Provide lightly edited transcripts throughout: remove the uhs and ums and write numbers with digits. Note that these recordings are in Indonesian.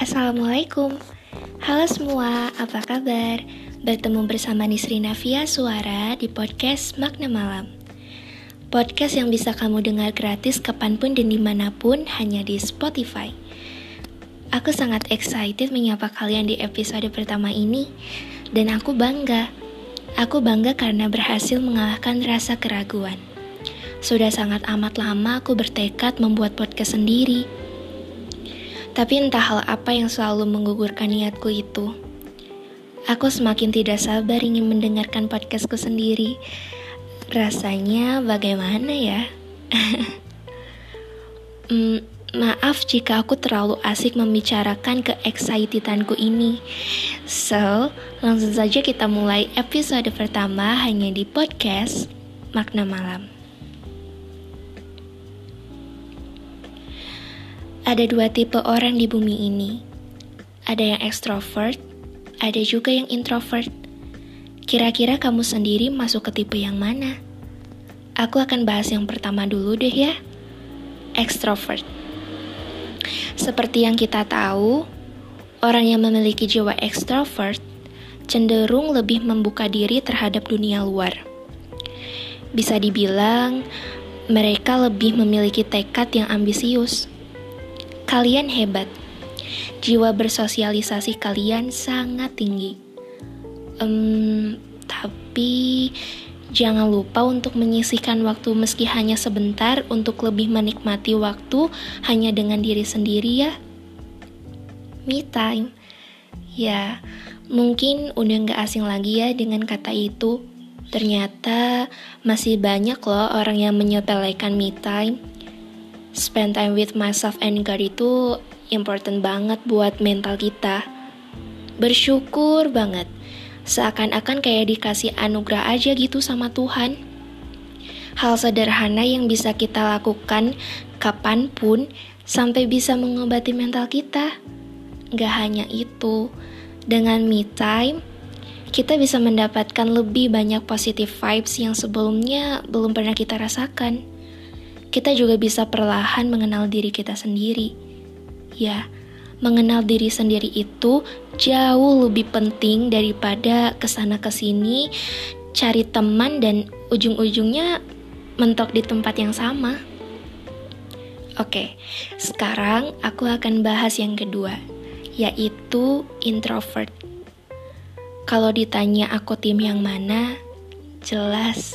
Assalamualaikum. Halo semua, apa kabar? Bertemu bersama Nisrina via suara di podcast Makna Malam. Podcast yang bisa kamu dengar gratis kapanpun dan dimanapun hanya di Spotify. Aku sangat excited menyapa kalian di episode pertama ini. Dan aku bangga. Aku bangga karena berhasil mengalahkan rasa keraguan. Sudah sangat amat lama aku bertekad membuat podcast sendiri. Tapi entah hal apa yang selalu menggugurkan niatku itu. Aku semakin tidak sabar ingin mendengarkan podcastku sendiri. Rasanya bagaimana ya? Maaf jika aku terlalu asik membicarakan ke-excitedanku ini. So, langsung saja kita mulai episode pertama hanya di podcast Makna Malam. Ada dua tipe orang di bumi ini. Ada yang ekstrovert, ada juga yang introvert. Kira-kira kamu sendiri masuk ke tipe yang mana? Aku akan bahas yang pertama dulu deh ya. Ekstrovert. Seperti yang kita tahu, orang yang memiliki jiwa ekstrovert cenderung lebih membuka diri terhadap dunia luar. Bisa dibilang, mereka lebih memiliki tekad yang ambisius. Kalian hebat. Jiwa bersosialisasi kalian sangat tinggi. Tapi jangan lupa untuk menyisihkan waktu meski hanya sebentar untuk lebih menikmati waktu hanya dengan diri sendiri ya. Me time. Ya, mungkin udah gak asing lagi ya dengan kata itu. Ternyata masih banyak loh orang yang menyepelekan me time. Spend time with myself and God itu important banget buat mental kita. Bersyukur banget. Seakan-akan kayak dikasih anugerah aja gitu sama Tuhan. Hal sederhana yang bisa kita lakukan kapanpun sampai bisa mengobati mental kita. Gak hanya itu, dengan me time, kita bisa mendapatkan lebih banyak positive vibes yang sebelumnya belum pernah kita rasakan. Kita juga bisa perlahan mengenal diri kita sendiri. Ya, mengenal diri sendiri itu jauh lebih penting daripada kesana-kesini, cari teman dan ujung-ujungnya mentok di tempat yang sama. Oke, sekarang aku akan bahas yang kedua, yaitu introvert. Kalau ditanya aku tim yang mana, jelas.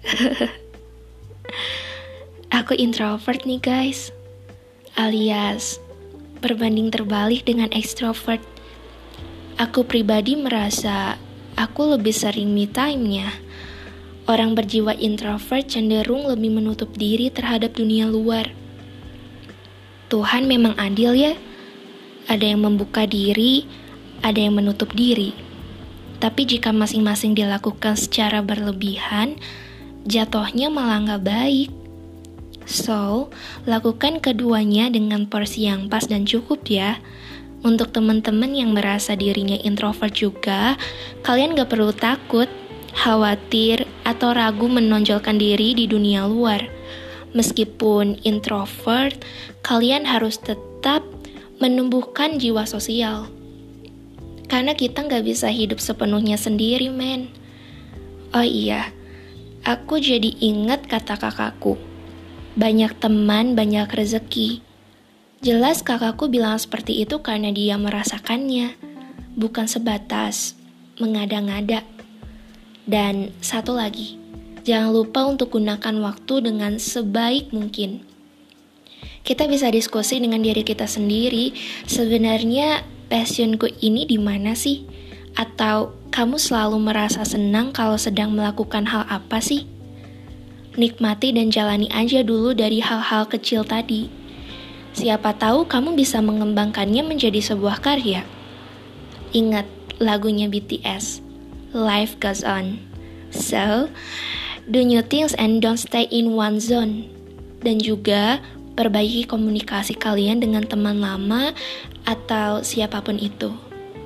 Aku introvert nih guys, alias berbanding terbalik dengan extrovert. Aku pribadi merasa aku lebih sering me time-nya. Orang berjiwa introvert cenderung lebih menutup diri terhadap dunia luar. Tuhan memang adil ya. Ada yang membuka diri, ada yang menutup diri. Tapi jika masing-masing dilakukan secara berlebihan, jatuhnya malah gak baik. So, lakukan keduanya dengan porsi yang pas dan cukup ya. Untuk teman-teman yang merasa dirinya introvert juga, kalian gak perlu takut, khawatir, atau ragu menonjolkan diri di dunia luar. Meskipun introvert, kalian harus tetap menumbuhkan jiwa sosial. Karena kita gak bisa hidup sepenuhnya sendiri, men. Oh iya, aku jadi ingat kata kakakku. Banyak teman, banyak rezeki. Jelas kakakku bilang seperti itu karena dia merasakannya, bukan sebatas mengada-ngada. Dan satu lagi, jangan lupa untuk gunakan waktu dengan sebaik mungkin. Kita bisa diskusi dengan diri kita sendiri, sebenarnya passionku ini di mana sih? Atau kamu selalu merasa senang kalau sedang melakukan hal apa sih? Nikmati dan jalani aja dulu dari hal-hal kecil tadi. Siapa tahu kamu bisa mengembangkannya menjadi sebuah karya. Ingat lagunya BTS, Life Goes On. So, do new things and don't stay in one zone. Dan juga perbaiki komunikasi kalian dengan teman lama atau siapapun itu.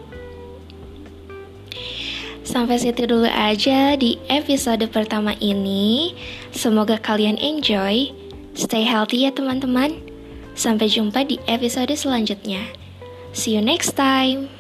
Sampai situ dulu aja di episode pertama ini. Semoga kalian enjoy. Stay healthy ya teman-teman. Sampai jumpa di episode selanjutnya. See you next time.